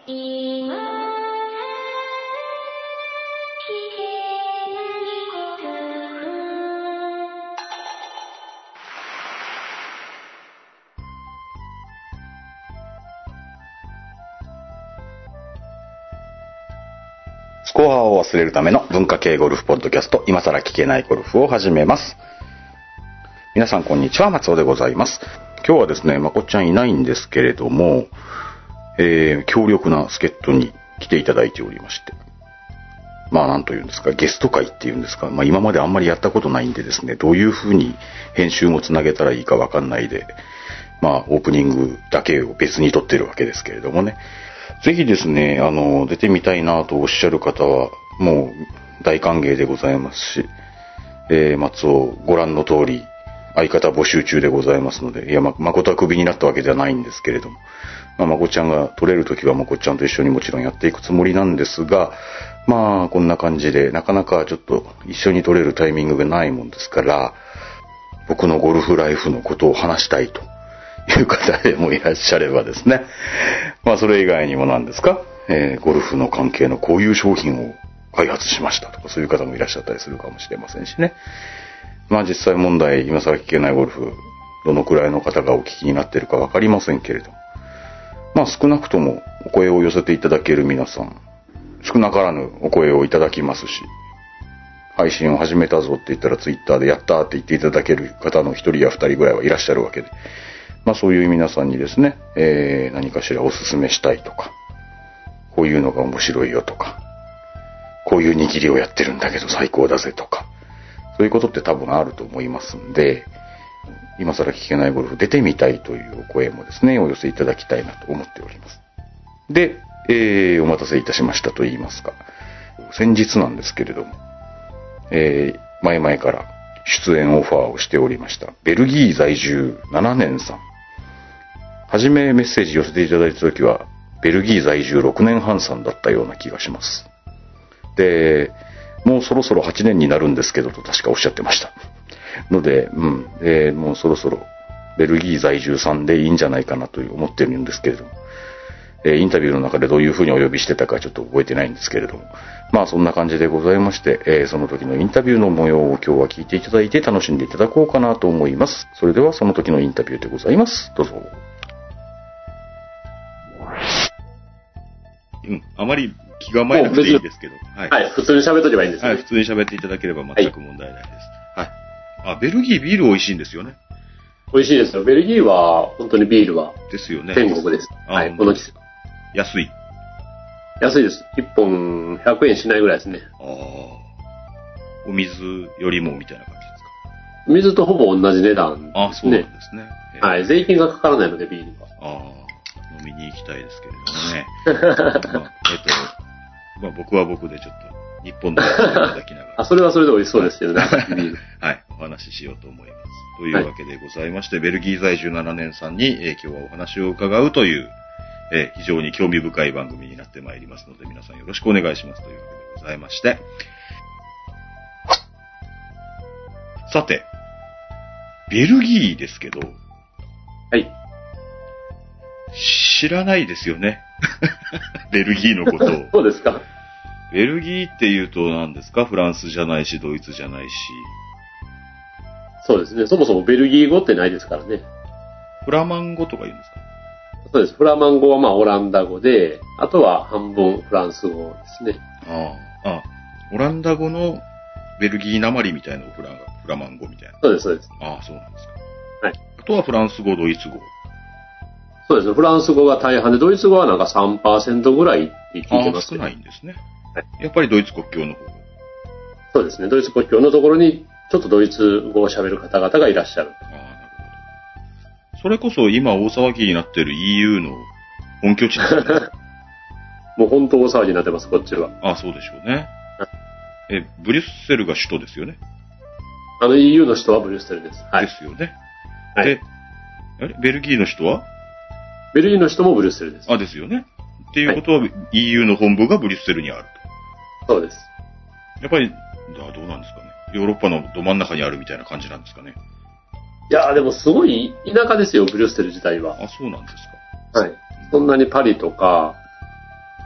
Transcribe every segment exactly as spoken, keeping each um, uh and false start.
スコアを忘れるための文化系ゴルフポッドキャスト、今更聞けないゴルフを始めます。皆さんこんにちは、松尾でございます。今日はですね、まこっちゃんいないんですけれども、えー、強力な助っ人に来ていただいておりまして、まあなんというんですか、ゲスト会っていうんですか、まあ今まであんまりやったことないんでですね、どういう風に編集もつなげたらいいかわかんないで、まあオープニングだけを別に撮ってるわけですけれどもね、ぜひですね、あの、出てみたいなとおっしゃる方は、もう大歓迎でございますし、えー、松尾、ご覧の通り、相方募集中でございますので、いや、ま、誠はクビになったわけではないんですけれども、まあ、まこちゃんが取れるときはまこちゃんと一緒にもちろんやっていくつもりなんですが、まあ、こんな感じで、なかなかちょっと一緒に取れるタイミングがないもんですから、僕のゴルフライフのことを話したいという方でもいらっしゃればですね、まあそれ以外にも何ですか、えー、ゴルフの関係のこういう商品を開発しましたとか、そういう方もいらっしゃったりするかもしれませんしね。まあ実際問題、今更聞けないゴルフ、どのくらいの方がお聞きになっているかわかりませんけれども、まあ少なくともお声を寄せていただける皆さん、少なからぬお声をいただきますし、配信を始めたぞって言ったらツイッターでやったって言っていただける方の一人や二人ぐらいはいらっしゃるわけで、まあそういう皆さんにですね、えー、何かしらおすすめしたいとか、こういうのが面白いよとか、こういう握りをやってるんだけど最高だぜとか、そういうことって多分あると思いますんで、今更聞けないゴルフ出てみたいというお声もですね、お寄せいただきたいなと思っております。で、えー、お待たせいたしましたと言いますか、先日なんですけれども、えー、前々から出演オファーをしておりましたベルギー在住ななねんさん、はじめメッセージ寄せていただいた時はベルギー在住ろくねんはんさんだったような気がします。で、もうそろそろはちねんになるんですけどと確かおっしゃってましたので、うん、えー、もうそろそろベルギー在住さんでいいんじゃないかなと思ってるんですけれども、えー、インタビューの中でどういうふうにお呼びしてたかちょっと覚えてないんですけれども、まあそんな感じでございまして、えー、その時のインタビューの模様を今日は聞いていただいて楽しんでいただこうかなと思います。それではその時のインタビューでございます。どうぞ。うん、あまり気構えなくていいですけど、 はい、はい、普通に喋っとけばいいんですね。 はい、普通に喋っていただければ全く問題ないです。はい。はい、あ、ベルギービール美味しいんですよね。 美味しいですよ。ベルギーは本当にビールはですよね。 天国です。はい、この季節。 安い。 安いです。いっぽんひゃくえんしないぐらいですね。 ああ。お水よりもみたいな感じですか。 水とほぼ同じ値段ですね。 あ、そうなんですね。 はい、税金がかからないのでビールは。 ああ。飲みに行きたいですけれどもね。まあ、えっと、まあ僕は僕でちょっと日本でいただきながら。 あ、それはそれで美味しそうですけどね。 はい、お話ししようと思います。というわけでございまして、はい、ベルギー在住ななねんさんに、えー、今日はお話を伺うという、えー、非常に興味深い番組になってまいりますので、皆さんよろしくお願いしますというわけでございまして。さて、ベルギーですけど、 はい。 知らないですよね。ベルギーのことを。 そうですか。 ベルギーって言うと何ですか？フランスじゃないし、ドイツじゃないし。 そうですね。そもそもベルギー語ってないですからね。 フラマン語とか言うんですか？ そうです。フラマン語はまあオランダ語で、あとは半分フランス語ですね。 ああ、ああ、オランダ語のベルギーなまりみたいなフラ、フラマン語みたいな。 そうです、そうです。 ああ、そうなんですか。 はい。 あとはフランス語、ドイツ語。 そうですね。フランス語が大半で、ドイツ語はなんか さんパーセント ぐらいって聞いてます、 ね。少ないんですね。はい。やっぱりドイツ国境の方。 そうですね。ドイツ国境のところに、ちょっとドイツ語を喋る方々がいらっしゃる。 ああ、なるほど。それこそ今大騒ぎになっている イーユー の本拠地ですね。 もう本当大騒ぎになってます、こっちは。 ああ、そうでしょうね。え、ブリュッセルが首都ですよね。 あの イーユー の首都はブリュッセルです。 はい。ですよね。 はい。 で、あれベルギーの首都はベルギーの首都もブリュッセルです。 あ、ですよね。っていうことは、はい、イーユー の本部がブリュッセルにあると。そうです。 やっぱり、どうなんですかね。ヨーロッパのど真ん中にあるみたいな感じなんですかね。 いやーでもすごい田舎ですよ、ブリュッセル自体は。 あ、そうなんですか。 はい。そんなにパリとか、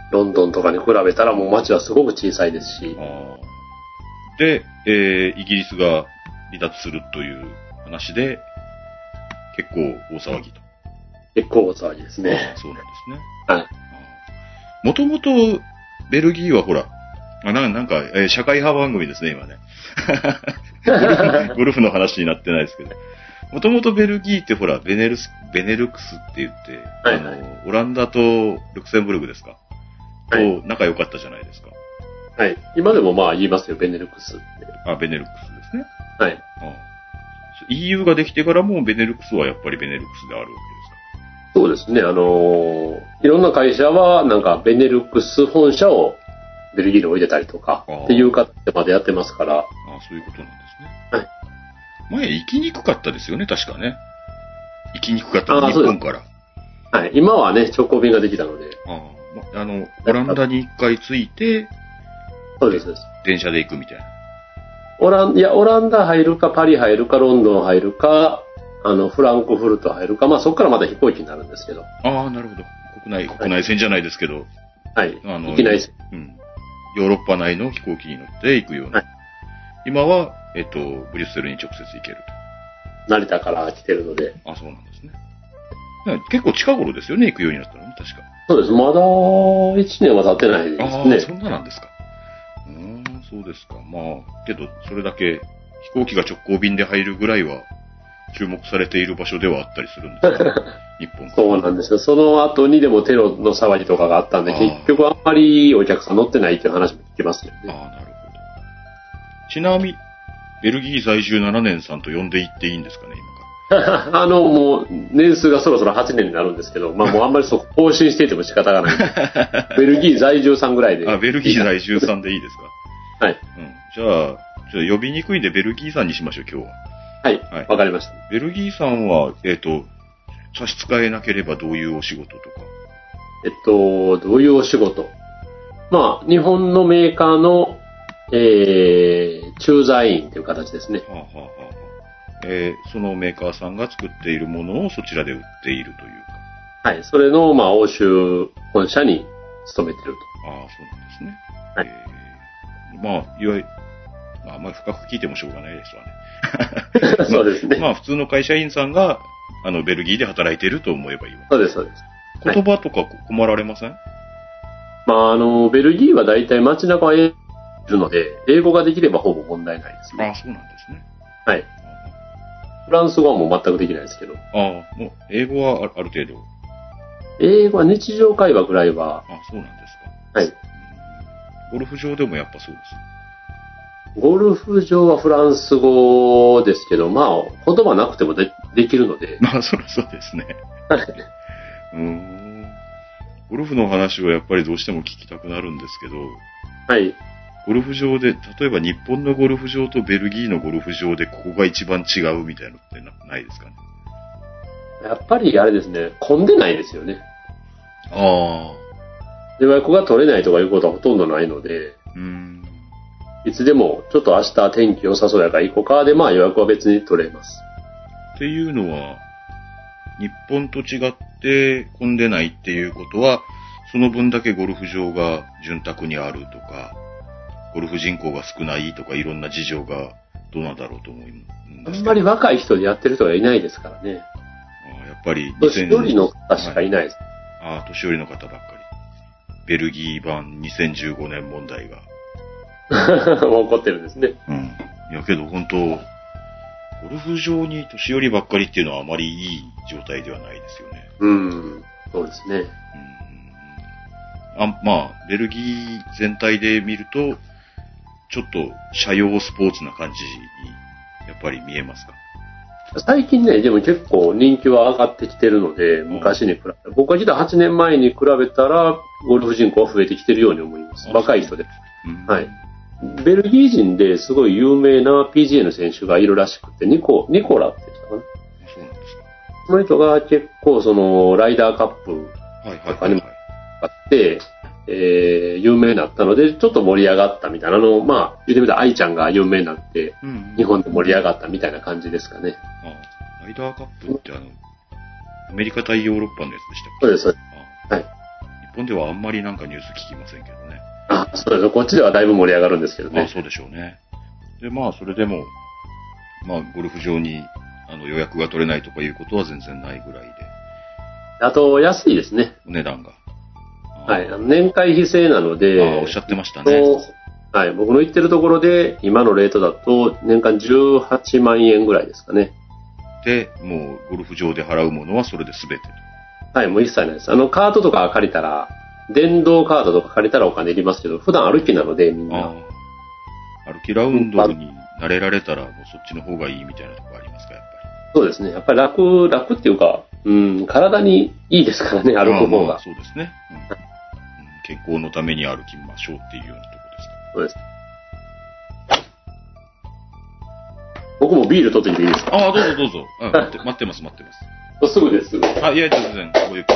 ロンドンとかに比べたらもう街はすごく小さいですし。 あで、えー、イギリスが離脱するという話で、結構大騒ぎと。 結構大騒ぎですね。 そうなんですね。 はい。 もともと、ベルギーはほら、あななんか、えー、社会派番組ですね、今ね。ゴルフ、ゴルフの話になってないですけど。もともとベルギーってほら、ベネルス、ベネルクスって言って、はいはい、あの、オランダとルクセンブルクですか、はい、と仲良かったじゃないですか。 はい。今でもまあ言いますよ、ベネルクスって。 あ、ベネルクスですね。 はい。 ああ イーユー ができてからもベネルクスはやっぱりベネルクスであるわけですか。 そうですね。あのー、いろんな会社はなんかベネルクス本社をベルギーに置いてたりとかっていう形までやってますから。ああ、 そういうことなんですね。はい。前行きにくかったですよね、確かね。行きにくかったの日本から。 はい。今はね、直行便ができたので。 ああ、あの、オランダに一回着いて、 そうです、そうです。 電車で行くみたいな。 オラン、いや、オランダ入るか、パリ入るか、ロンドン入るか、あの、フランクフルト入るか、まあそこからまた飛行機になるんですけど。 ああ、なるほど。国内、国内線じゃないですけど。 はい。あの、行きない線。 うん。ヨーロッパ内の飛行機に乗って行くような。はい、今は、えっと、ブリュッセルに直接行けると。成田から来てるので。 あ、そうなんですね。結構近頃ですよね、行くようになったのね、確か。 そうです。まだいちねんは経ってないですね。 ああ、そんななんですか。うーん、そうですか。まあ、けど、それだけ飛行機が直行便で入るぐらいは注目されている場所ではあったりするんですね。日本そうなんですよ。その後にでもテロの騒ぎとかがあったんで、結局あんまりお客さん乗ってないという話も聞きますよね。 ああ、なるほど。ちなみに、ベルギー在住ななねんさんと呼んでいっていいんですかね、今から。 あの、もう、年数がそろそろはちねんになるんですけど、まあもうあんまりそこ更新していても仕方がないんで。ベルギー在住さんぐらいで。 あ、ベルギー在住さんでいいですか。 はい。 うん。じゃあ、じゃあ呼びにくいんでベルギーさんにしましょう、今日は。 はい。わ、はい、かりました。 ベルギーさんは、えっと、差し支えなければどういうお仕事とか。 えっと、どういうお仕事。まあ、日本のメーカーの、えー、駐在員という形ですね。はあはあはあ、 えー、そのメーカーさんが作っているものをそちらで売っているというか。はい。それの、まあ、欧州本社に勤めてると。 ああ、そうなんですね。 はい。 えー、まあ、いわゆる、まあ、あんまり深く聞いてもしょうがないですわね。 そうですね。 まあ、普通の会社員さんが、あの、ベルギーで働いていると思えばいいわ。 そうです、そうです。 言葉とか困られません？はい、 まあ、あの、ベルギーは大体街中はいるので、英語ができればほぼ問題ないですね。 ああ、そうなんですね。 はい。フランス語はもう全くできないですけど。ああ、もう、英語はある程度。 英語は日常会話ぐらいは。 あ、そうなんですか。はい。 ゴルフ場でもやっぱそうです。 ゴルフ場はフランス語ですけど、まあ、言葉なくても で, できるので。 まあ、そりゃそうですね。 はい。 うーん。ゴルフの話はやっぱりどうしても聞きたくなるんですけど。 はい。 ゴルフ場で、例えば日本のゴルフ場とベルギーのゴルフ場でここが一番違うみたいなのってないですかね。 やっぱりあれですね、混んでないですよね。 ああ。 予約が取れないとかいうことはほとんどないので、 うーん。 いつでもちょっと明日天気良さそうやから行こうかで、まあ予約は別に取れます。 っていうのは、日本と違って混んでないっていうことは、その分だけゴルフ場が潤沢にあるとか、ゴルフ人口が少ないとかいろんな事情がどうなんだろうと思います。 あんまり若い人でやってる人がいないですからね。 ああ、やっぱり年寄りの方しかいないです。 はい、ああ、年寄りの方ばっかり。ベルギー版にせんじゅうごねん問題が。 起こってるんですね。 うん。いやけど本当、ゴルフ場に年寄りばっかりっていうのはあまりいい状態ではないですよね。 うん、そうですね。 うん、あまあ、ベルギー全体で見ると、ちょっと社用スポーツな感じにやっぱり見えますか？ 最近ね、でも結構人気は上がってきてるので、昔に比べて、僕が来たはちねんまえに比べたら、ゴルフ人口は増えてきてるように思います。若い人で。うん、はい。ベルギー人ですごい有名な ピージーエー の選手がいるらしくて、ニコ、ニコラって言ったかな。 そうなんですか。 その人が結構その、ライダーカップとかにもあって、えー、有名になったので、ちょっと盛り上がったみたいなのを、まあ、言ってみたら愛ちゃんが有名になって、うんうん、日本で盛り上がったみたいな感じですかね。 ああ、ライダーカップってあの、アメリカ対ヨーロッパのやつでしたっけ？ そうです、そうです。はい。 日本ではあんまりなんかニュース聞きませんけどね。 あ、そうです。こっちではだいぶ盛り上がるんですけどね。 あ、そうでしょうね。で、まあ、それでも、まあ、ゴルフ場にあの予約が取れないとかいうことは全然ないぐらいで。 あと、安いですね。 お値段が。 はい。年会費制なので。 あ、おっしゃってましたね。 はい。僕の行ってるところで、今のレートだと、年間じゅうはちまんえんぐらいですかね。 で、もう、ゴルフ場で払うものはそれで全てと。はい、もう一切ないです。あの、カートとか借りたら、電動カードとか借りたらお金いりますけど、普段歩きなので、みんな。 あ歩きラウンドに慣れられたら、もうそっちの方がいいみたいなところありますか、やっぱり。 そうですね。やっぱり楽、楽っていうか、うん、体にいいですからね、歩く方が。 まあ、そうですね、うんうん。健康のために歩きましょうっていうようなところですか。 そうです。僕もビール取ってきていいですか？ ああ、どうぞどうぞ。うん、待, って待ってます、待ってます。 すぐです、すぐ。 あ、いや、全然、こういう。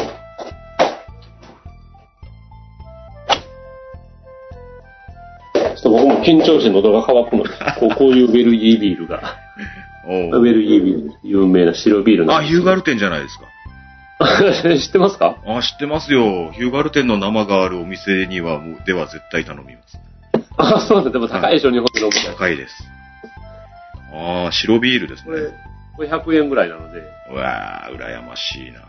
ちょっと僕も緊張して喉が渇くので、こうこういうベルギービールが。おベルギービール、有名な白ビールなんです。 あ、ヒューガルテンじゃないですか。 知ってますか？ あ、知ってますよ。ヒューガルテンの生があるお店には、もう、では絶対頼みます。 あ、そうなんだ。でも高いでしょ、日本で飲むと。 高いです。ああ、白ビールですね。 これ、これひゃくえんぐらいなので。 うわー、羨ましいな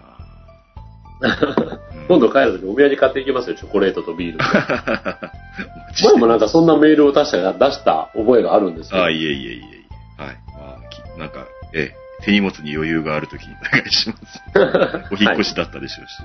今度帰るときお土産買っていきますよ、チョコレートとビール。前もなんかそんなメールを出した、出した覚えがあるんですよ。 あ、いえいえいえいえ。はい。まあ、なんか、ええ、手荷物に余裕があるときにお願いします。お引っ越しだったでしょうし。はい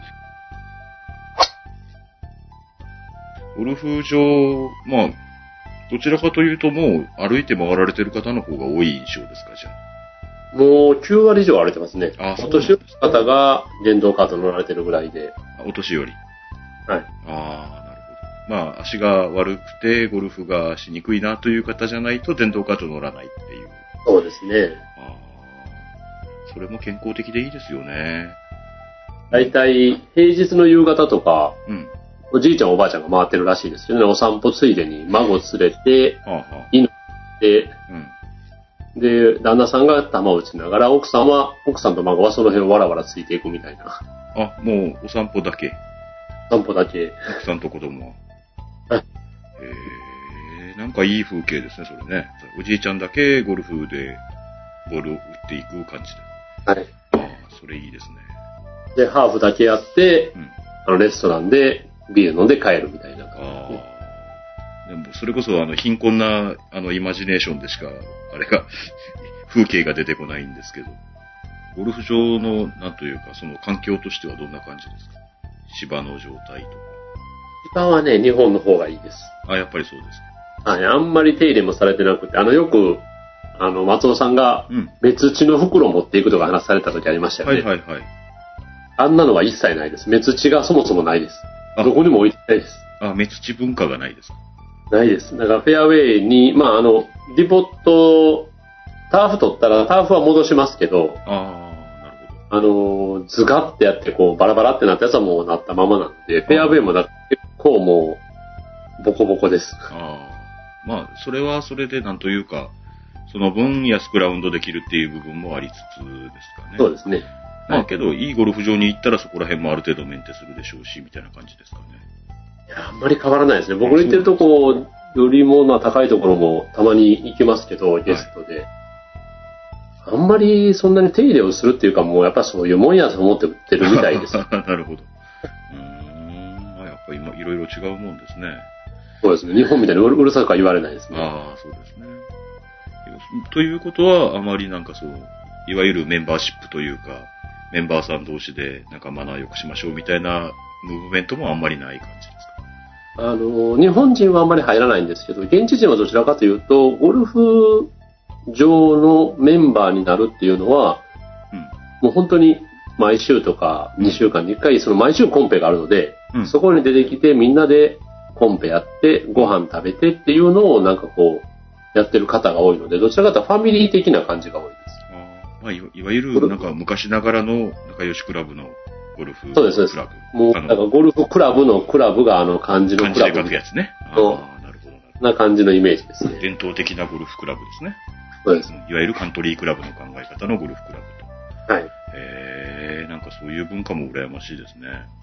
、ゴルフ場、まあ、どちらかというともう歩いて回られてる方の方が多い印象ですか、じゃあ。 もうきゅうわり以上歩いてますね。 ああ、そうお年寄りの方が電動カート乗られてるぐらいで。 お年寄り。 はい。 ああ、なるほど。まあ、足が悪くてゴルフがしにくいなという方じゃないと電動カート乗らないっていう。 そうですね。 ああ、それも健康的でいいですよね。 だいたい平日の夕方とか、 うん。 おじいちゃんおばあちゃんが回ってるらしいですよね。お散歩ついでに孫連れて、はあはあ、犬で、うん、で、旦那さんが球を打ちながら、奥さんは、奥さんと孫はその辺をわらわらついていくみたいな。 あ、もうお散歩だけ。 散歩だけ。 奥さんと子供は。 はい。 へえ、なんかいい風景ですね、それね。おじいちゃんだけゴルフでボールを打っていく感じで。 はい。 ああ、それいいですね。 で、ハーフだけやって、うん、あのレストランでビール飲んで帰るみたいな。 ああ。でもそれこそあの貧困なあのイマジネーションでしかあれが風景が出てこないんですけど、ゴルフ場のなんというかその環境としてはどんな感じですか？芝の状態とか。 芝はね、日本の方がいいです。 あ、やっぱりそうですか。はい、あんまり手入れもされてなくて、あのよくあの松尾さんが別地の袋を持っていくとか話された時ありましたよね。 はいはいはい。 あんなのは一切ないです。目土がそもそもないです。どこにも置いてないです。 あ、目土文化がないですか？ ないです。だからフェアウェイに、まああの、ディボット、ターフ取ったらターフは戻しますけど、 ああ、なるほど。 あの、ズガってやってこうバラバラってなったやつはもうなったままなんで、フェアウェイもだ結構もうボコボコです。 ああ。まあ、それはそれでなんというか、その分安くラウンドできるっていう部分もありつつですかね。 そうですね。 まあけど、いいゴルフ場に行ったらそこら辺もある程度メンテするでしょうし、みたいな感じですかね。 いや、あんまり変わらないですね。僕の行ってるとこよりも、まあ高いところもたまに行きますけど、ゲストで。はい、あんまりそんなに手入れをするっていうか、もうやっぱそういうもんやと思って売ってるみたいです。 なるほど。うーん、やっぱ今いろいろ違うもんですね。 そうですね。日本みたいにうるさくは言われないですね。 ああ、そうですね。ということは、あまりなんかそう、いわゆるメンバーシップというか、メンバーさん同士でなんかマナー良くしましょうみたいなムーブメントもあんまりない感じですか？ あの、日本人はあんまり入らないんですけど、現地人はどちらかというと、ゴルフ場のメンバーになるっていうのは、うん、もう本当に毎週とかにしゅうかんにいっかい、その毎週コンペがあるので、うん、そこに出てきてみんなでコンペやってご飯食べてっていうのをなんかこうやってる方が多いので、どちらかというとファミリー的な感じが多いです。 まあ、いわゆるなんか昔ながらの仲良しクラブのゴルフクラブ。 そうです、そうです。もうなんかゴルフクラブのクラブがあの漢字のクラブ。 漢字で書くやつね。ああ、なるほど。 な感じのイメージですね。 伝統的なゴルフクラブですね。 そうです。 いわゆるカントリークラブの考え方のゴルフクラブと。 はい。 へえ、なんかそういう文化も羨ましいですね。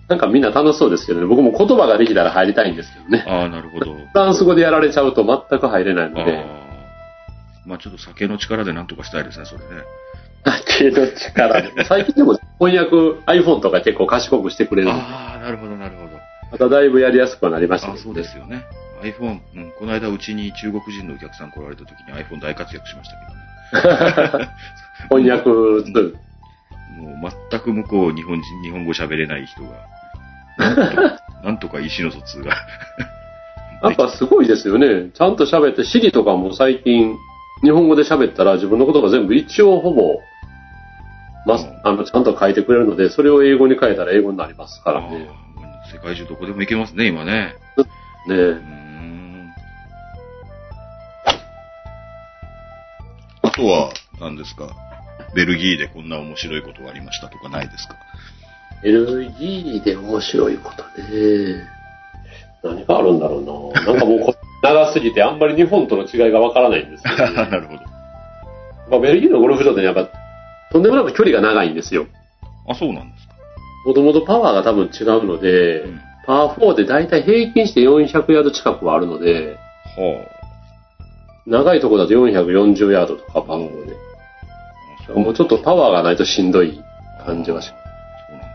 なんかみんな楽しそうですけどね。僕も言葉ができたら入りたいんですけどね。 ああ、なるほど。 フランス語でやられちゃうと全く入れないので。 あまあちょっと酒の力でなんとかしたいですね、それね。 酒の力で。最近でも翻訳 iPhone とか結構賢くしてくれるんで。 ああ、なるほど、なるほど。 まただいぶやりやすくはなりましたね。 あそうですよね。iPhone、うん、この間うちに中国人のお客さん来られた時に iPhone 大活躍しましたけどね。 翻訳ツール。 もう全く向こう日本人、日本語喋れない人が、なんとなんとか意思の疎通が。 やっぱすごいですよね。ちゃんと喋って、Siri とかも最近、日本語で喋ったら自分の言葉全部一応ほぼ、ま、あの、ちゃんと書いてくれるので、それを英語に変えたら英語になりますからね。 世界中どこでも行けますね、今ね。 ねえ。うーんあとは、何ですか、ベルギーでこんな面白いことがありましたとかないですか？ ベルギーで面白いことね。何があるんだろうな。なんかもう長すぎてあんまり日本との違いがわからないんですけど、ね、 なるほど。 まあ、ベルギーのゴルフ場ってやっぱとんでもなく距離が長いんですよ。 あ、そうなんですか。 もともとパワーが多分違うので、うん、パーフォーでだいたい平均してよんひゃくヤード近くはあるので、はあ、長いところだとよんひゃくよんじゅうヤードとかパーフォーで。うん、もうちょっとパワーがないとしんどい感じはします。そうなんです。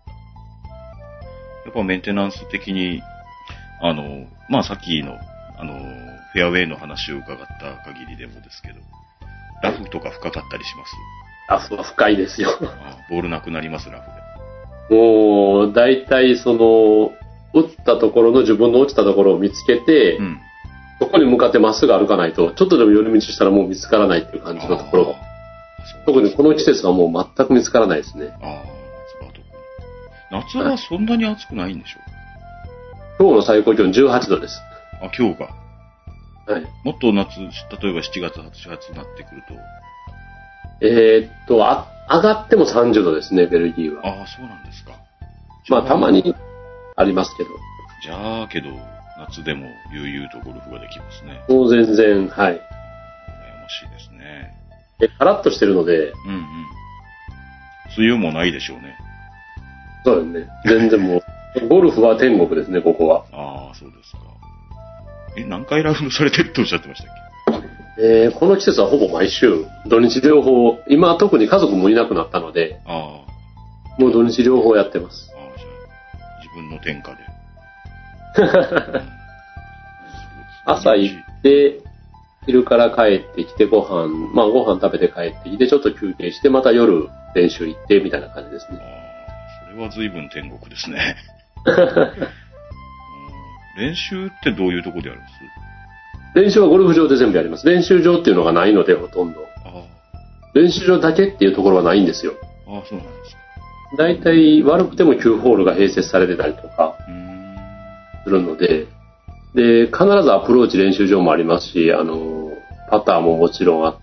やっぱメンテナンス的に、あの、まあ、さっきの、あの、フェアウェイの話を伺った限りでもですけど、ラフとか深かったりします？ ラフは深いですよ。 あボールなくなります、ラフで。 もう、だいたいその、打ったところの自分の落ちたところを見つけて、うん、そこに向かってまっすぐ歩かないと、ちょっとでも寄り道したらもう見つからないっていう感じのところが。特にこの季節はもう全く見つからないですね。あ夏は特に。夏はそんなに暑くないんでしょう？今日の最高気温じゅうはちどです。 あ、今日が。 はい。 もっと夏、例えばしちがつ、はちがつになってくると。 えー、っとあ、上がってもさんじゅうどですね、ベルギーは。 ああ、そうなんですか。 まあ、たまにありますけど。 じゃあ、けど、夏でも悠々とゴルフができますね。 もう全然、はい。 羨ましいですね。 え、カラッとしてるので。 うんうん。梅雨もないでしょうね。 そうですね。全然もう、ゴルフは天国ですね、ここは。 ああ、そうですか。え、何回ラウンドされてるとおっしゃってましたっけ？えー、この季節はほぼ毎週、土日両方、今は特に家族もいなくなったので、あもう土日両方やってます。あじゃあ自分の天下で。 朝行って、昼から帰ってきてご飯、まあご飯食べて帰ってきて、ちょっと休憩して、また夜練習行ってみたいな感じですね。 あそれは随分天国ですね。練習ってどういうところでやるんです？ 練習はゴルフ場で全部やります。練習場っていうのがないので、ほとんど。あ練習場だけっていうところはないんですよ。 ああ、そうなんですか。 だいたい悪くてもきゅうホールが併設されてたりとかするので、で、必ずアプローチ練習場もありますし、あの、パターももちろんあって、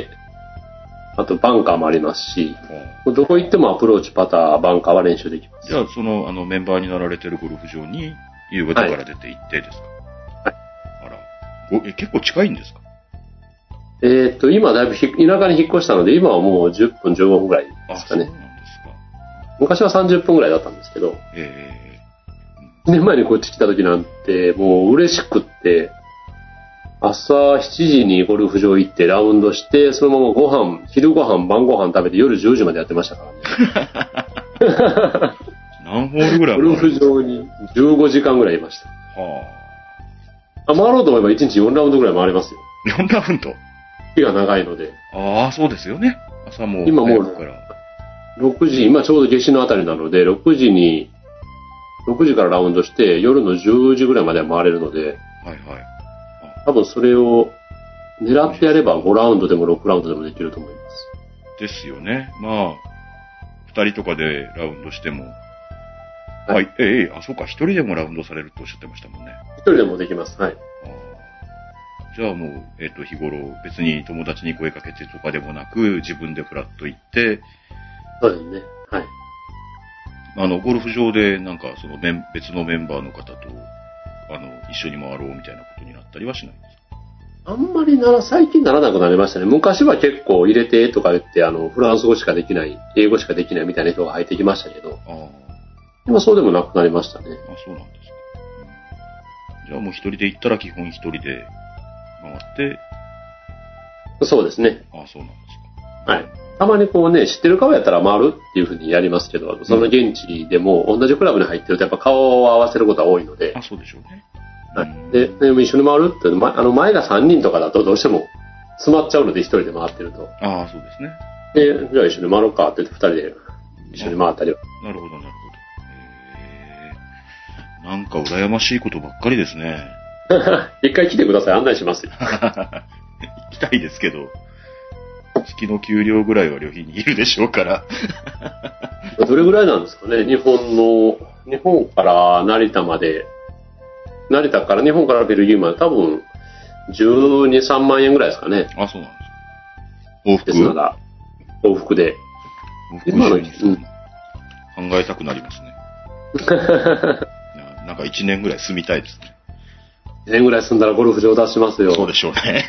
あとバンカーもありますし、どこ行ってもアプローチ、パター、バンカーは練習できます。 じゃあ、その、あの、メンバーになられてるゴルフ場に夕方から出て行ってですか？はい。あら。え、結構近いんですか？ えー、っと、今だいぶ田舎に引っ越したので、今はもうじゅっぷん、じゅうごふんぐらいですかね。あ、そうなんですか。昔はさんじゅっぷんぐらいだったんですけど、えーいちねんまえにこっち来た時なんて、もう嬉しくって、朝しちじにゴルフ場行ってラウンドして、そのままご飯、昼ご飯、晩ご飯食べて夜じゅうじまでやってましたからね。 何ホールぐらいゴルフ場にじゅうごじかんぐらいいました。はあ。回ろうと思えばいちにちよんラウンドぐらい回れますよ。 よんラウンド？ 日が長いので。 ああ、そうですよね。朝も今もうろくじ、今ちょうど夏至のあたりなので、ろくじに、ろくじからラウンドして夜のじゅうじぐらいまでは回れるので、はいはい。多分それを狙ってやればごラウンドでもろくラウンドでもできると思います。 ですよね。まあ、ふたりとかでラウンドしても、はい、ええ、あ、そうか、ひとりでもラウンドされるとおっしゃってましたもんね。 ひとりでもできます。はい。 じゃあもう、えっと、日頃別に友達に声かけてとかでもなく、自分でフラッと行って、 そうですね。はい。 あの、ゴルフ場でなんかそのメン別のメンバーの方と、あの、一緒に回ろうみたいなことになったりはしないんですか？ あんまりなら、最近ならなくなりましたね。昔は結構入れてとか言って、あの、フランス語しかできない、英語しかできないみたいな人が入ってきましたけど、 あ今そうでもなくなりましたね。 あ、そうなんですか。じゃあもう一人で行ったら基本一人で回って、 そうですね。 ああ、そうなんですか。 はい。たまにこうね、知ってる顔やったら回るっていうふうにやりますけど、その現地でも同じクラブに入ってるとやっぱ顔を合わせることが多いので、 あ、そうでしょうね。 はい、で、で一緒に回るって、ま、あの前がさんにんとかだとどうしても詰まっちゃうので一人で回ってると。 ああ、そうですね。 で、じゃあ一緒に回ろうかって言って二人で一緒に回ったりは。 なるほど、なるほど。へえ。なんか羨ましいことばっかりですね。 一回来てください、案内しますよ。 行きたいですけど、月の給料ぐらいは旅費にいるでしょうから。 どれぐらいなんですかね、日本の、日本から成田まで、成田から日本からベルギーまで多分じゅうに、さんまんえんぐらいですかね。 あ、そうなんですか。往復ですから、往復で。 往復今の、うん、考えたくなりますね。なんかいちねんぐらい住みたいですね。 いちねんぐらい住んだらゴルフ場出しますよ。 そうでしょうね。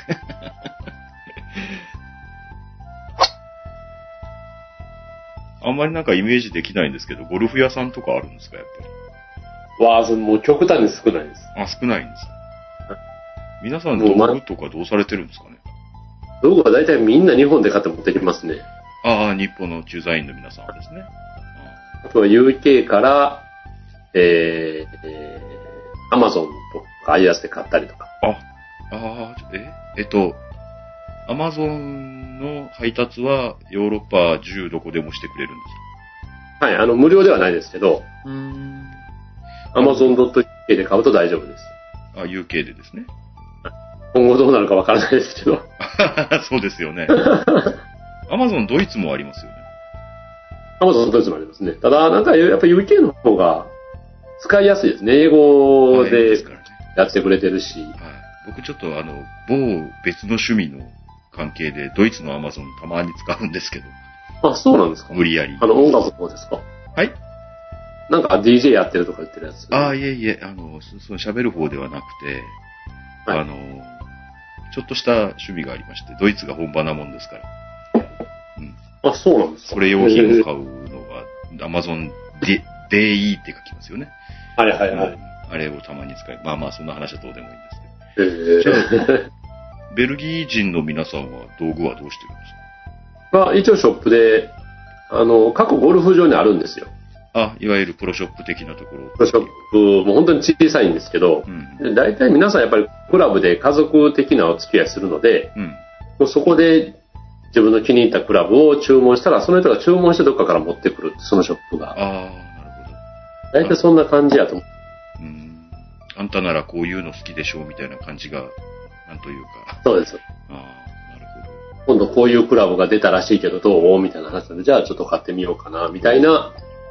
あんまりなんかイメージできないんですけど、ゴルフ屋さんとかあるんですか、やっぱり。 わあ、もう極端に少ないです。 あ、少ないんですか。皆さん道具とかどうされてるんですかね。 道具は大体みんな日本で買って持ってきますね。 ああ、日本の駐在員の皆さんはですね。 あとは ユーケー から、えー、えー、アマゾンとかああいうやつで買ったりとか。 あ、ああ、え、えっと、アマゾンの配達はヨーロッパ中どこでもしてくれるんですか？はい、あの、無料ではないですけど、 うーん。 アマゾン ドット ユーケー で買うと大丈夫です。 あ、ユーケー でですね。 今後どうなるかわからないですけど。 そうですよね。アマゾンドイツもありますよね。 アマゾンドイツもありますね。ただ、なんかやっぱ ユーケー の方が使いやすいですね。英語でやってくれてるし。はい、 僕ちょっとあの、某別の趣味の関係でドイツのアマゾンたまに使うんですけど。あ、そうなんですか？ 無理やり。 あの、音楽の方ですか？ はい。 なんか ディージェー やってるとか言ってるやつ。 ああ、いえいえ、あの、その喋る方ではなくて、はい、あの、ちょっとした趣味がありまして、ドイツが本場なもんですから。 うん。あ、そうなんですか？ それ用品を買うのが、アマゾン ディーイー って書きますよね。 はいはいはい。 うん、あれをたまに使い、まあまあそんな話はどうでもいいんですけど。えー、じゃあ、ベルギー人の皆さんは道具はどうしてるんですか？まあ一応ショップで、あの、各ゴルフ場にあるんですよ。 あ、いわゆるプロショップ的なところ。 プロショップ、もう本当に小さいんですけど、うん、大体皆さんやっぱりクラブで家族的なお付き合いするので、うん、もうそこで自分の気に入ったクラブを注文したら、その人が注文してどっかから持ってくる、そのショップが。 ああ、なるほど。 大体そんな感じやと思う。 うん。あんたならこういうの好きでしょうみたいな感じが、なんというか。 そうです。 ああ、なるほど。 今度こういうクラブが出たらしいけどどうみたいな話なんで、じゃあちょっと買ってみようかな、みたいな。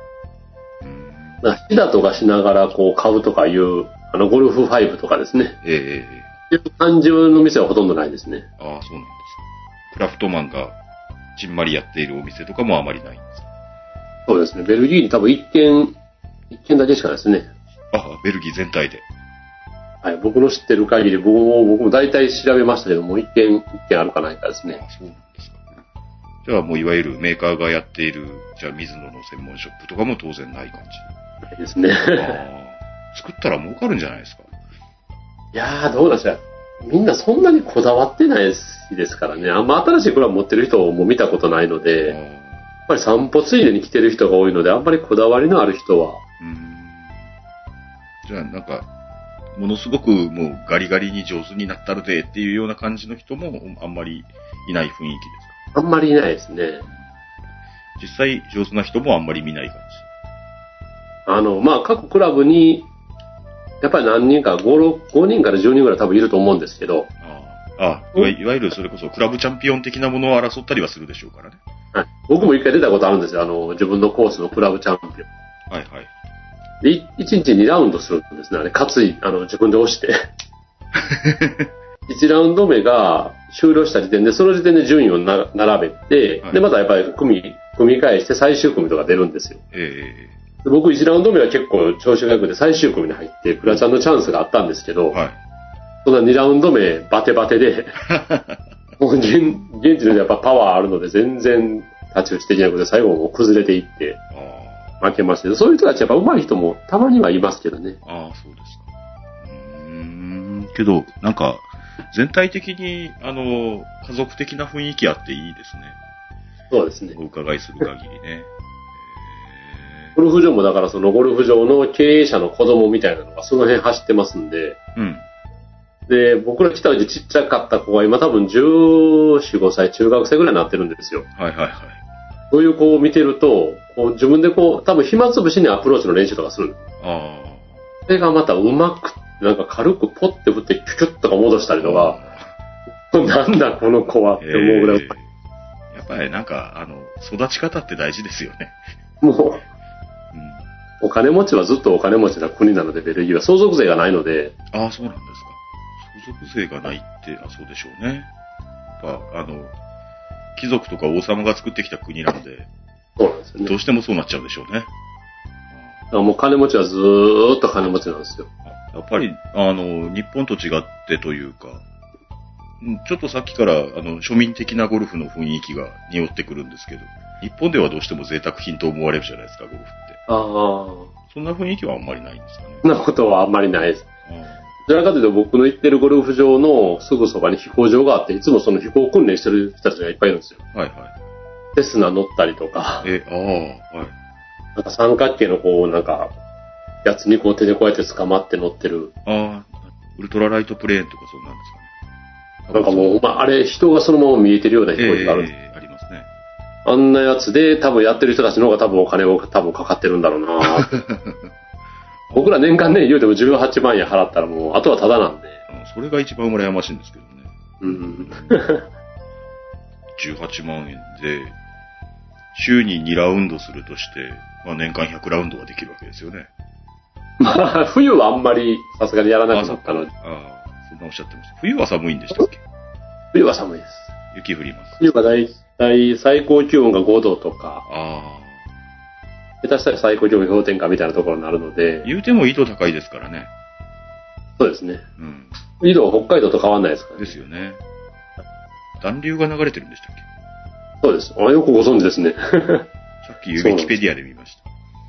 シダとかしながらこう買うとかいう、あのゴルフファイブとかですね。 ええええ。感じの店はほとんどないですね。 ああ、そうなんですか。クラフトマンがちんまりやっているお店とかもあまりないんですか？ そうですね。ベルギーに多分一軒、一軒だけしかないですね。 ああ、ベルギー全体で。 はい、僕の知ってる限り、僕も、僕も大体調べましたけども、一軒、一軒あるかないかですね。 ああ、そうなんですか。じゃあもういわゆるメーカーがやっている、じゃあ水野の専門ショップとかも当然ない感じ。 ですね。 作ったら儲かるんじゃないですか？ いやー、どうなんですか。みんなそんなにこだわってないですからね。あんま新しいクラブ持ってる人も見たことないので、やっぱり散歩ついでに来てる人が多いので、あんまりこだわりのある人は。 うん。じゃあなんか、ものすごくもうガリガリに上手になったるでっていうような感じの人もあんまりいない雰囲気ですか？あんまりいないですね。 実際上手な人もあんまり見ない感じ。 あの、まあ、各クラブに、やっぱり何人か、ご、ろく、ごにんからじゅうにんぐらい多分いると思うんですけど。 ああ、いわ、いわゆるそれこそクラブチャンピオン的なものを争ったりはするでしょうからね。 はい。僕も一回出たことあるんですよ。あの、自分のコースのクラブチャンピオン。 はいはい。 で、いちにちにラウンドするんですね。あれ、担い、あの、自分で押して。いちラウンド目が終了した時点で、その時点で順位をな並べて、はい、で、またやっぱり組、組み返して最終組とか出るんですよ。 ええー。 僕いちラウンド目は結構調子が良くて最終組に入ってクラチャンのチャンスがあったんですけど、はい、 そんなにラウンド目バテバテで、もう現現地でやっぱパワーあるので全然太刀打ちできなくて最後もう崩れていって負けましたけど、そういう人たちやっぱ上手い人もたまにはいますけどね。 ああ、そうですか。うーん、けど、なんか、全体的に、あの、家族的な雰囲気あっていいですね。 そうですね。 お伺いする限りね。 ゴルフ場もだからそのゴルフ場の経営者の子供みたいなのがその辺走ってますんで、 うん。 で、僕ら来た時ちっちゃかった子が今多分じゅうよん、ごさい、中学生ぐらいになってるんですよ。 はいはいはい。 そういう子を見てると、こう自分でこう、多分暇つぶしにアプローチの練習とかするんです。 ああ。 それがまたうまく、なんか軽くポッて振ってキュキュッとか戻したりとか、なんだこの子はって思うぐらい、えー。 やっぱりなんか、あの、育ち方って大事ですよね。 もう、うん、お金持ちはずっとお金持ちな国なので、ベルギーは相続税がないので。 ああ、そうなんですか。相続税がないって、あ、そうでしょうね。やっぱ、あの、貴族とか王様が作ってきた国なので、 そうなんですよね。 どうしてもそうなっちゃうでしょうね。 だからもう金持ちはずーっと金持ちなんですよ。 やっぱり、あの、日本と違ってというか、ちょっとさっきから、あの、庶民的なゴルフの雰囲気が匂ってくるんですけど、日本ではどうしても贅沢品と思われるじゃないですか、ゴルフって。 ああ。 そんな雰囲気はあんまりないんですかね。 そんなことはあんまりないです。どちらかというと僕の行ってるゴルフ場のすぐそばに飛行場があって、いつもその飛行訓練してる人たちがいっぱいいるんですよ。 はいはい。 テスナ乗ったりとか。 え、ああ、はい。 なんか三角形のこう、なんか、やつにこう手でこうやって捕まって乗ってる。 ああ、ウルトラライトプレーンとかそんなんですかね。 なんかもう、まあ、あれ、人がそのまま見えてるような飛行機があるんです。 えー、ありますね。 あんなやつで、多分やってる人たちの方が多分お金を多分かかってるんだろうな僕ら年間ね、言うてもじゅうはちまん円払ったらもう、あとはタダなんで。 それが一番羨ましいんですけどね。 うん。 じゅうはちまんえんで、週ににラウンドするとして、まあ年間ひゃくラウンドができるわけですよね。 まあ、冬はあんまりさすがにやらなくなったので。 ああ、そんなおっしゃってました。冬は寒いんでしたっけ？ 冬は寒いです。 雪降ります。 冬はだいたい最高気温がごどとか。 ああ。 下手したら最高気温氷点下みたいなところになるので。 言うても緯度高いですからね。 そうですね。 うん。 緯度は北海道と変わんないですからね。ですよね。暖流が流れてるんでしたっけ？ そうです。あ、よくご存知ですね。 さっきウィキペディアで見ました。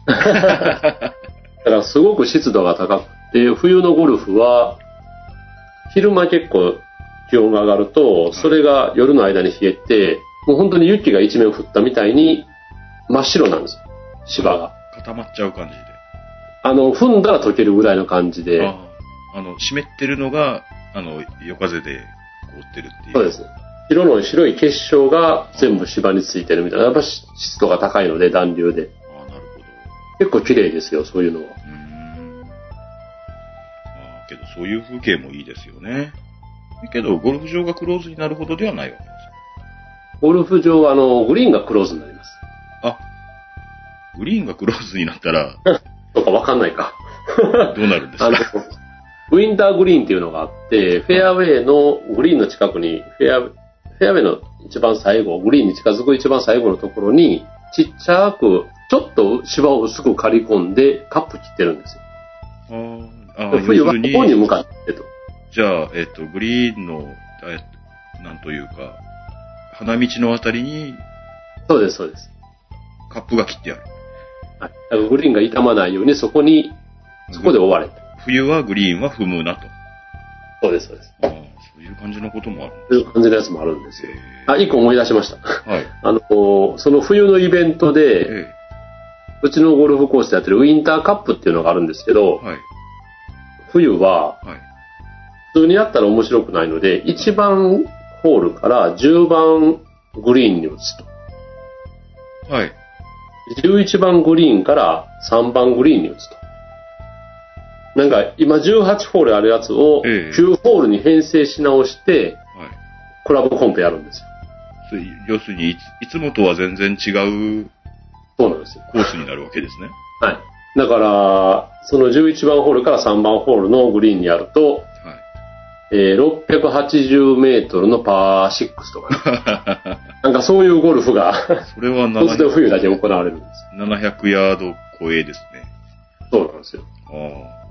だからすごく湿度が高くて、冬のゴルフは、昼間結構気温が上がると、それが夜の間に冷えて、もう本当に雪が一面降ったみたいに真っ白なんですよ。芝が。 固まっちゃう感じで。 あの、踏んだら溶けるぐらいの感じで。 ああの、湿ってるのが、あの、夜風で凍ってるっていう。 そうです。白の白い結晶が全部芝についてるみたいな。やっぱ湿度が高いので、暖流で。 ああ、なるほど。 結構綺麗ですよ、そういうのは。うーん。 ああ、けどそういう風景もいいですよね。けど、ゴルフ場がクローズになるほどではないわけです。 ゴルフ場は、あの、グリーンがクローズになります。 あ、グリーンがクローズになったら。 とかわかんないか。 どうなるんですか？ あのウィンターグリーンっていうのがあって、フェアウェイのグリーンの近くに、フェア、フェアウェイの一番最後、グリーンに近づく一番最後のところに、ちっちゃく、ちょっと芝を薄く刈り込んで、カップ切ってるんですよ。ああ、冬はここに向かってと。 じゃあ、えっと、グリーンの、えなんというか、花道のあたりに、 そうです、そうです。 カップが切ってある。 はい。だからグリーンが傷まないように、そこに、そこで覆われて。 冬はグリーンは踏むなと。 そうです、そうです。 ああ、そういう感じのこともあるんです。 そういう感じのやつもあるんですよ。あ、一個思い出しました。 はい。 あの、その冬のイベントで、ええ、うちのゴルフコースでやってるウィンターカップっていうのがあるんですけど、はい、冬は、はい、普通にやったら面白くないので、いちばんホールからじゅうばんグリーンに打つと。はい。じゅういちばんグリーンからさんばんグリーンに打つと。なんか今じゅうはちホールあるやつをきゅうホールに編成し直して、はい、クラブコンペやるんですよ。 要するにいつ、いつもとは全然違うそうなんですよ。 コースになるわけですね。 はい。だから、そのじゅういちばんホールからさんばんホールのグリーンにやると、はい、えー、ろっぴゃくはちじゅうメートルのパーろくとかね。なんかそういうゴルフが、 それは突然冬だけ行われるんです。 ななひゃくヤード超えですね。 そうなんですよ。 ああ。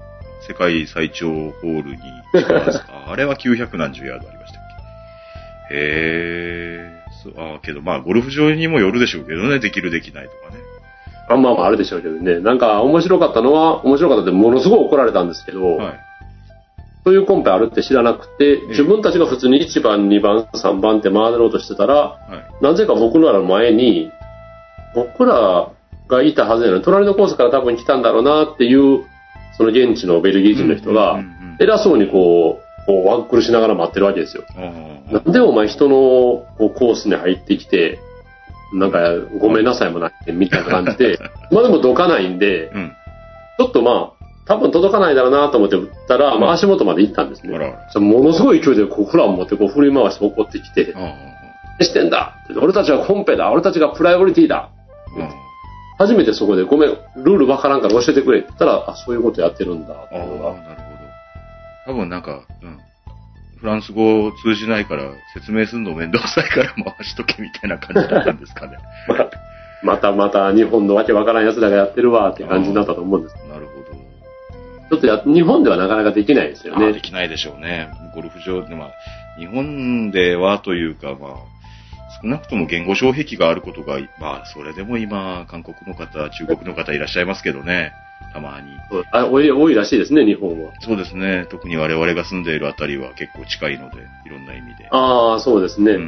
世界最長ホールに近いですかあれはきゅうひゃくなんじゅうヤードありましたっけ。へー。そうあけど、まあ、ゴルフ場にもよるでしょうけどね、できるできないとかね。 あまあまああるでしょうけどね。なんか面白かったのは、面白かったってものすごい怒られたんですけど、はい、そういうコンペあるって知らなくて、自分たちが普通にいちばん、にばん、さんばんって回ろうとしてたら、はい、なぜか僕らの前に、僕らがいたはずなのに、隣のコースから多分来たんだろうなっていう、その現地のベルギー人の人が、偉そうにこう、こうワックルしながら待ってるわけですよ。なんでお前人のこうコースに入ってきて、なんかごめんなさいもなくてみたいな感じで、まあでもどかないんで、うん、ちょっとまあ、多分届かないだろうなと思って打ったら、まあ足元まで行ったんですね。うん、ものすごい勢いでこうフラン持ってこう振り回して怒ってきて、何してんだって、俺たちはコンペだ、俺たちがプライオリティだ。うん初めてそこでごめん、ルールわからんから教えてくれって言ったら、あ、そういうことやってるんだっていうのが。 ああ、なるほど。多分なんか、うん。フランス語通じないから説明するの面倒くさいから回しとけみたいな感じだったんですかね。 ま, またまた日本のわけわからん奴らがやってるわって感じになったと思うんです。 なるほど。 ちょっとや、日本ではなかなかできないですよね。 できないでしょうね。ゴルフ場で、まあ、日本ではというか、まあ、少なくとも言語障壁があることが、まあ、それでも今、韓国の方、中国の方いらっしゃいますけどね、たまに。 あ、多い、多いらしいですね、日本は。 そうですね。特に我々が住んでいるあたりは結構近いので、いろんな意味で。 ああ、そうですね。うんうん。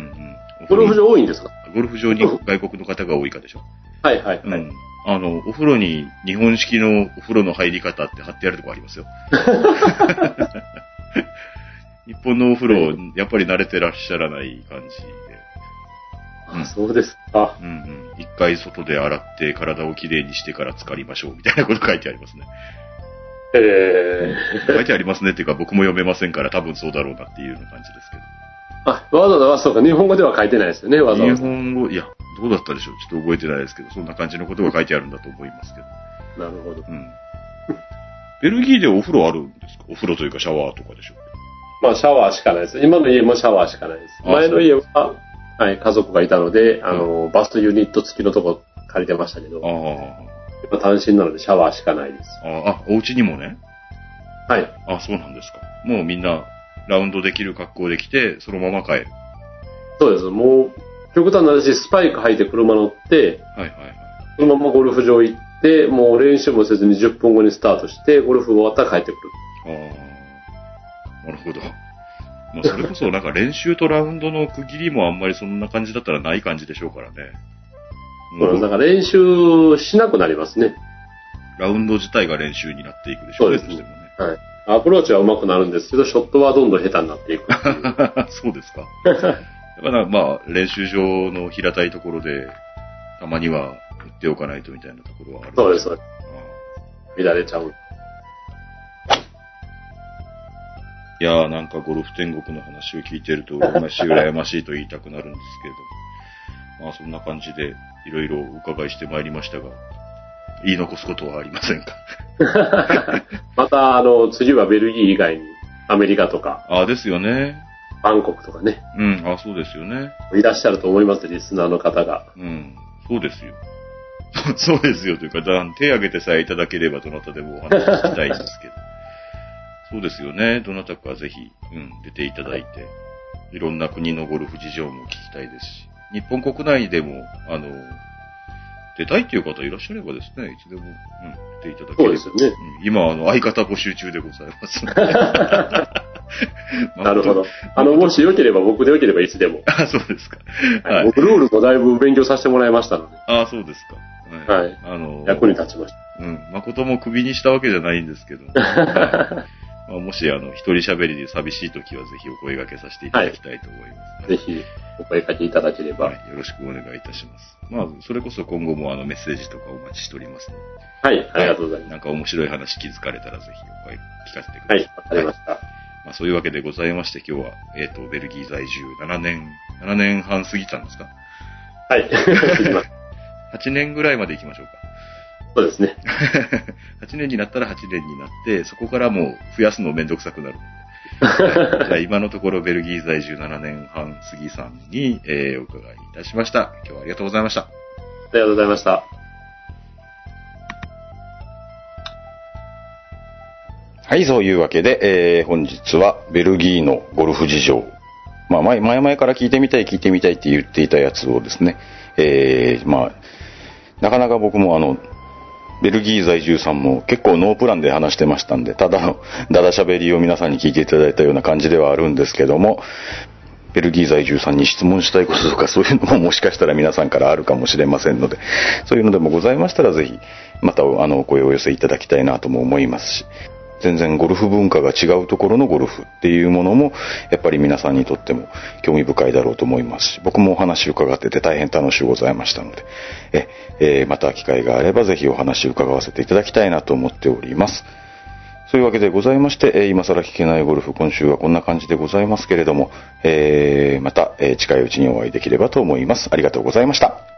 ゴルフ場多いんですか？ ゴルフ場に外国の方が多いかでしょ。 はいはいはい。うん。 あの、お風呂に日本式のお風呂の入り方って貼ってあるとこありますよ。日本のお風呂、やっぱり慣れてらっしゃらない感じで。 あ、そうですか。 うんうん。一回外で洗って体をきれいにしてから浸かりましょうみたいなこと書いてありますね。 へー。書いてありますねっていうか僕も読めませんから多分そうだろうなっていうような感じですけど。 あ、わざわざ、そうか、日本語では書いてないですよね、わざわざ。 日本語、いや、どうだったでしょう。ちょっと覚えてないですけど、そんな感じのことが書いてあるんだと思いますけど。なるほど。うん。 ベルギーでお風呂あるんですか？お風呂というかシャワーとかでしょうか？ まあシャワーしかないです。今の家もシャワーしかないです。前の家は、はい、家族がいたので、あの、うん、バスユニット付きのとこ借りてましたけど、あ今単身なのでシャワーしかないです。 ああ、お家にもね。 はい。 あ、そうなんですか。もうみんなラウンドできる格好で来て、そのまま帰る。 そうです。もう、極端な話、スパイク履いて車乗って、はいはいはい。そのままゴルフ場行って、もう練習もせずにじゅっぷんごにスタートして、ゴルフ終わったら帰ってくる。 ああ、なるほど。まあ、それこそなんか練習とラウンドの区切りもあんまりそんな感じだったらない感じでしょうからね。 そう、だから練習しなくなりますね。 ラウンド自体が練習になっていくでしょうね。そうですね。 はい。アプローチは上手くなるんですけど、ショットはどんどん下手になっていくっていう。 そうですか。だからまあ、練習場の平たいところで、たまには打っておかないとみたいなところはある。 そうです、そうです。乱れちゃう。 いやーなんかゴルフ天国の話を聞いてると、羨ましい、羨ましいと言いたくなるんですけれども。まあそんな感じで、いろいろお伺いしてまいりましたが、言い残すことはありませんか？ また、あの、次はベルギー以外に、アメリカとか。 ああ、ですよね。 バンコクとかね。 うん、あそうですよね。 いらっしゃると思います、リスナーの方が。 うん、そうですよ。そうですよというか、手挙げてさえいただければどなたでもお話ししたいんですけど。そうですよね。どなたかぜひ、うん、出ていただいて、いろんな国のゴルフ事情も聞きたいですし、日本国内でも、あの、出たいっていう方いらっしゃればですね、いつでも、うん、出ていただければ。 そうですよね。 うん、今、あの、相方募集中でございます。 なるほど。あの、もしよければ、僕でよければいつでも。 あ、そうですか。 はい。僕、ルールもだいぶ勉強させてもらいましたので。 あ、そうですか。 はい。はい、あの、役に立ちました。 うん。誠もクビにしたわけじゃないんですけど。はいまあ、もし、あの、一人喋りで寂しいときは、ぜひお声掛けさせていただきたいと思います。 はい、ぜひ、お声掛けいただければ、 はい。よろしくお願いいたします。まあ、それこそ今後も、あの、メッセージとかお待ちしておりますので。 はい、ありがとうございます。 なんか面白い話気づかれたら、ぜひお声聞かせてください。 はい、わかりました。はい、 まあ、そういうわけでございまして、今日は、えっと、ベルギー在住ななねん、ななねんはん過ぎたんですか？ はい。 はちねんぐらいまで行きましょうか。 そうですね。 はちねんになったらはちねんになって、そこからもう増やすのめんどくさくなるので。じゃあ今のところベルギー在住ななねんはん過ぎさんに、えー、お伺いいたしました。今日はありがとうございました。ありがとうございました。 はい、そういうわけで、えー、本日はベルギーのゴルフ事情。まあ、前、前々から聞いてみたい、聞いてみたいって言っていたやつをですね、えー、まあ、なかなか僕もあの、ベルギー在住さんも結構ノープランで話してましたんで、ただのダダ喋りを皆さんに聞いていただいたような感じではあるんですけども、ベルギー在住さんに質問したいこととかそういうのももしかしたら皆さんからあるかもしれませんので、そういうのでもございましたらぜひ、またあの、お声をお寄せいただきたいなとも思いますし、全然ゴルフ文化が違うところのゴルフっていうものもやっぱり皆さんにとっても興味深いだろうと思いますし、僕もお話を伺ってて大変楽しゅうございましたので、え、えー、また機会があればぜひお話を伺わせていただきたいなと思っております。そういうわけでございまして、今更聞けないゴルフ、今週はこんな感じでございますけれども、えー、また近いうちにお会いできればと思います。ありがとうございました。